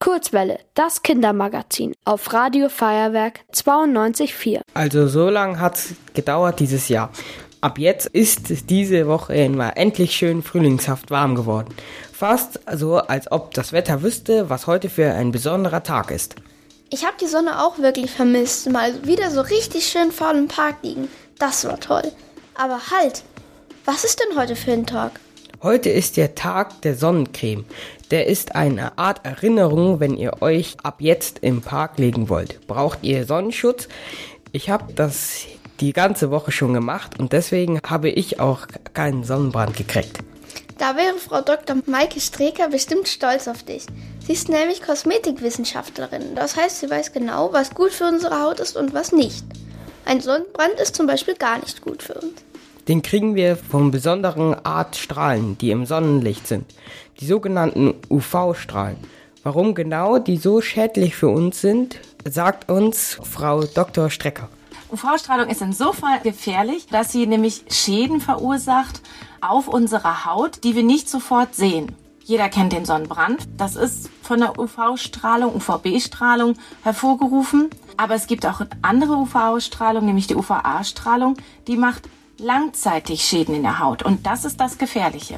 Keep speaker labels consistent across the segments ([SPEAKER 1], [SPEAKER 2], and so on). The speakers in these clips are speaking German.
[SPEAKER 1] Kurzwelle, das Kindermagazin auf Radio Feuerwerk 92,4.
[SPEAKER 2] Also so lange hat's gedauert dieses Jahr. Ab jetzt ist diese Woche mal endlich schön frühlingshaft warm geworden. Fast so, als ob das Wetter wüsste, was heute für ein besonderer Tag ist.
[SPEAKER 3] Ich habe die Sonne auch wirklich vermisst. Mal wieder so richtig schön faul im Park liegen. Das war toll. Aber halt, was ist denn heute für ein Tag?
[SPEAKER 2] Heute ist der Tag der Sonnencreme. Der ist eine Art Erinnerung, wenn ihr euch ab jetzt im Park legen wollt. Braucht ihr Sonnenschutz? Ich habe das die ganze Woche schon gemacht und deswegen habe ich auch keinen Sonnenbrand gekriegt.
[SPEAKER 3] Da wäre Frau Dr. Maike Streker bestimmt stolz auf dich. Sie ist nämlich Kosmetikwissenschaftlerin. Das heißt, sie weiß genau, was gut für unsere Haut ist und was nicht. Ein Sonnenbrand ist zum Beispiel gar nicht gut für uns.
[SPEAKER 2] Den kriegen wir von besonderen Art Strahlen, die im Sonnenlicht sind. Die sogenannten UV-Strahlen. Warum genau die so schädlich für uns sind, sagt uns Frau Dr. Strecker.
[SPEAKER 4] UV-Strahlung ist insofern gefährlich, dass sie nämlich Schäden verursacht auf unserer Haut, die wir nicht sofort sehen. Jeder kennt den Sonnenbrand. Das ist von der UV-Strahlung, UVB-Strahlung hervorgerufen. Aber es gibt auch andere UV-Strahlung, nämlich die UVA-Strahlung, die macht langzeitig Schäden in der Haut. Und das ist das Gefährliche.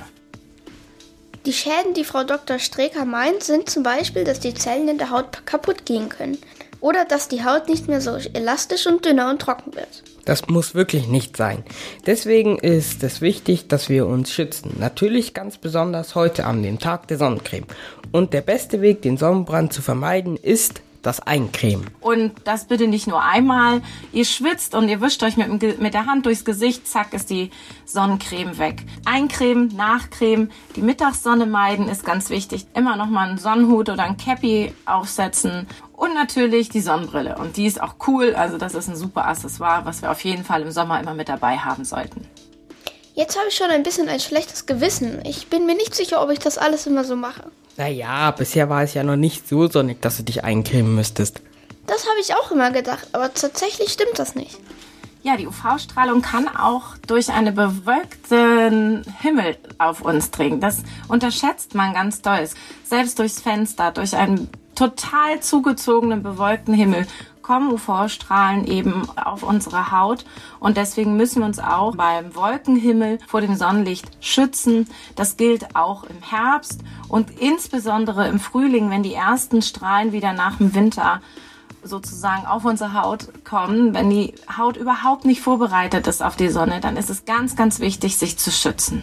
[SPEAKER 3] Die Schäden, die Frau Dr. Streker meint, sind zum Beispiel, dass die Zellen in der Haut kaputt gehen können. Oder dass die Haut nicht mehr so elastisch und dünner und trocken wird.
[SPEAKER 2] Das muss wirklich nicht sein. Deswegen ist es wichtig, dass wir uns schützen. Natürlich ganz besonders heute an dem Tag der Sonnencreme. Und der beste Weg, den Sonnenbrand zu vermeiden, ist das Eincremen.
[SPEAKER 4] Und das bitte nicht nur einmal. Ihr schwitzt und ihr wischt euch mit der Hand durchs Gesicht, zack, ist die Sonnencreme weg. Eincremen, nachcremen, die Mittagssonne meiden ist ganz wichtig. Immer noch mal einen Sonnenhut oder ein Cappy aufsetzen. Und natürlich die Sonnenbrille. Und die ist auch cool, also das ist ein super Accessoire, was wir auf jeden Fall im Sommer immer mit dabei haben sollten.
[SPEAKER 3] Jetzt habe ich schon ein bisschen ein schlechtes Gewissen. Ich bin mir nicht sicher, ob ich das alles immer so mache.
[SPEAKER 2] Naja, bisher war es ja noch nicht so sonnig, dass du dich eincremen müsstest.
[SPEAKER 3] Das habe ich auch immer gedacht, aber tatsächlich stimmt das nicht.
[SPEAKER 4] Ja, die UV-Strahlung kann auch durch einen bewölkten Himmel auf uns dringen. Das unterschätzt man ganz doll. Selbst durchs Fenster, durch einen total zugezogenen, bewölkten Himmel kommen UV-Strahlen eben auf unsere Haut und deswegen müssen wir uns auch beim Wolkenhimmel vor dem Sonnenlicht schützen. Das gilt auch im Herbst und insbesondere im Frühling, wenn die ersten Strahlen wieder nach dem Winter sozusagen auf unsere Haut kommen. Wenn die Haut überhaupt nicht vorbereitet ist auf die Sonne, dann ist es ganz, ganz wichtig, sich zu schützen.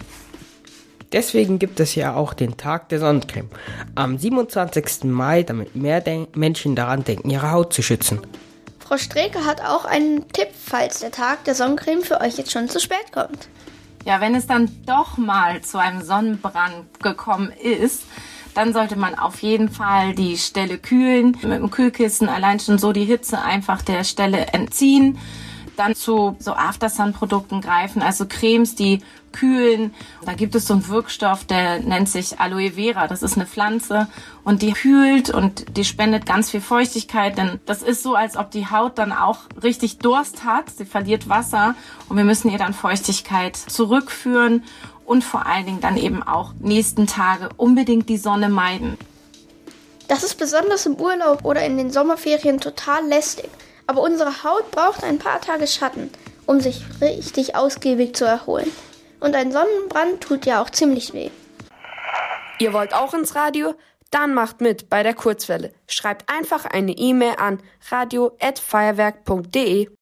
[SPEAKER 2] Deswegen gibt es ja auch den Tag der Sonnencreme am 27. Mai, damit mehr Menschen daran denken, ihre Haut zu schützen.
[SPEAKER 3] Frau Streker hat auch einen Tipp, falls der Tag der Sonnencreme für euch jetzt schon zu spät kommt.
[SPEAKER 4] Ja, wenn es dann doch mal zu einem Sonnenbrand gekommen ist, dann sollte man auf jeden Fall die Stelle kühlen, mit dem Kühlkissen allein schon so die Hitze einfach der Stelle entziehen. Dann zu so Aftersun-Produkten greifen, also Cremes, die kühlen. Da gibt es so einen Wirkstoff, der nennt sich Aloe Vera. Das ist eine Pflanze und die kühlt und die spendet ganz viel Feuchtigkeit. Denn das ist so, als ob die Haut dann auch richtig Durst hat. Sie verliert Wasser und wir müssen ihr dann Feuchtigkeit zurückführen und vor allen Dingen dann eben auch nächsten Tage unbedingt die Sonne meiden.
[SPEAKER 3] Das ist besonders im Urlaub oder in den Sommerferien total lästig. Aber unsere Haut braucht ein paar Tage Schatten, um sich richtig ausgiebig zu erholen. Und ein Sonnenbrand tut ja auch ziemlich weh.
[SPEAKER 1] Ihr wollt auch ins Radio? Dann macht mit bei der Kurzwelle. Schreibt einfach eine E-Mail an radio@feuerwerk.de.